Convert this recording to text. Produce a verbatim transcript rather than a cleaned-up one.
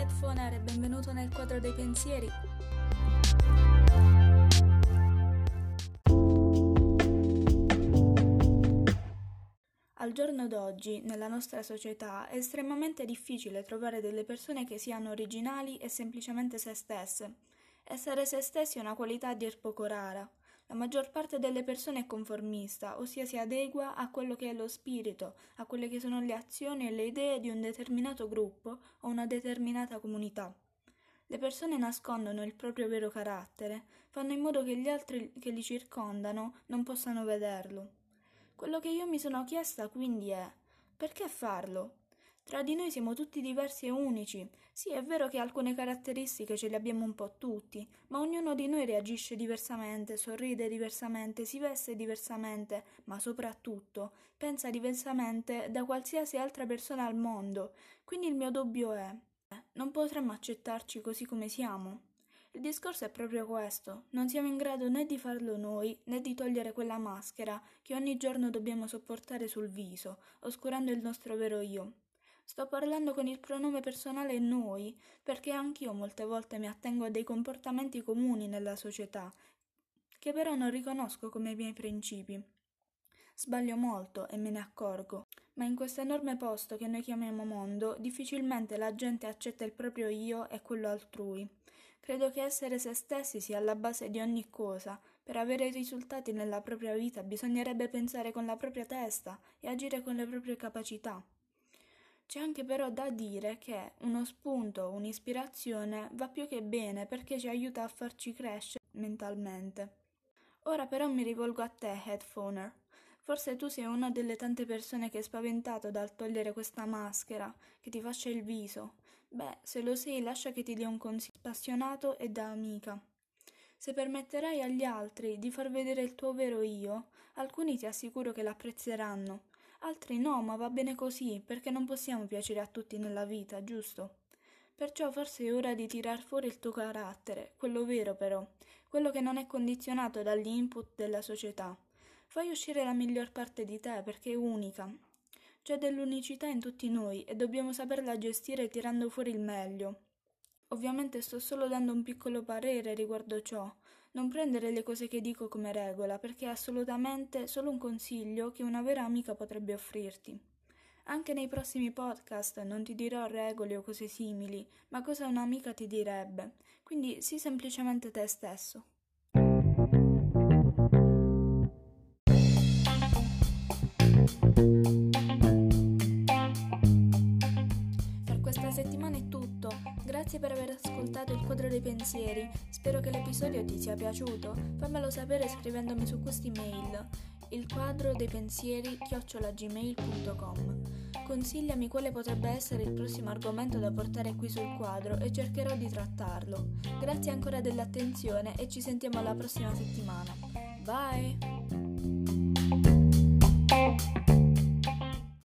Headphoner e benvenuto nel quadro dei pensieri. Al giorno d'oggi, nella nostra società, è estremamente difficile trovare delle persone che siano originali e semplicemente se stesse. Essere se stessi è una qualità a dir poco rara. La maggior parte delle persone è conformista, ossia si adegua a quello che è lo spirito, a quelle che sono le azioni e le idee di un determinato gruppo o una determinata comunità. Le persone nascondono il proprio vero carattere, fanno in modo che gli altri che li circondano non possano vederlo. Quello che io mi sono chiesta quindi è: perché farlo? Tra di noi siamo tutti diversi e unici. Sì, è vero che alcune caratteristiche ce le abbiamo un po' tutti, ma ognuno di noi reagisce diversamente, sorride diversamente, si veste diversamente, ma soprattutto pensa diversamente da qualsiasi altra persona al mondo. Quindi il mio dubbio è: non potremmo accettarci così come siamo? Il discorso è proprio questo: non siamo in grado né di farlo noi, né di togliere quella maschera che ogni giorno dobbiamo sopportare sul viso, oscurando il nostro vero io. Sto parlando con il pronome personale noi, perché anch'io molte volte mi attengo a dei comportamenti comuni nella società, che però non riconosco come miei principi. Sbaglio molto e me ne accorgo, ma in questo enorme posto che noi chiamiamo mondo, difficilmente la gente accetta il proprio io e quello altrui. Credo che essere se stessi sia alla base di ogni cosa. Per avere risultati nella propria vita bisognerebbe pensare con la propria testa e agire con le proprie capacità. C'è anche però da dire che uno spunto, un'ispirazione va più che bene perché ci aiuta a farci crescere mentalmente. Ora però mi rivolgo a te, Headphoner. Forse tu sei una delle tante persone che è spaventato dal togliere questa maschera che ti fascia il viso. Beh, se lo sei, lascia che ti dia un consiglio spassionato e da amica. Se permetterai agli altri di far vedere il tuo vero io, alcuni ti assicuro che l'apprezzeranno, altri no, ma va bene così, perché non possiamo piacere a tutti nella vita, giusto? Perciò forse è ora di tirar fuori il tuo carattere, quello vero però, quello che non è condizionato dagli input della società. Fai uscire la miglior parte di te perché è unica. C'è dell'unicità in tutti noi e dobbiamo saperla gestire tirando fuori il meglio. Ovviamente sto solo dando un piccolo parere riguardo ciò. Non prendere le cose che dico come regola, perché è assolutamente solo un consiglio che una vera amica potrebbe offrirti. Anche nei prossimi podcast non ti dirò regole o cose simili, ma cosa un'amica ti direbbe. Quindi sii semplicemente te stesso. Per questa settimana è tutto. Grazie per aver ascoltato il quadro dei pensieri. Spero che l'episodio ti sia piaciuto. Fammelo sapere scrivendomi su quest'email: il quadro dei pensieri chiocciola gmail punto com. Consigliami quale potrebbe essere il prossimo argomento da portare qui sul quadro e cercherò di trattarlo. Grazie ancora dell'attenzione e ci sentiamo la prossima settimana. Bye!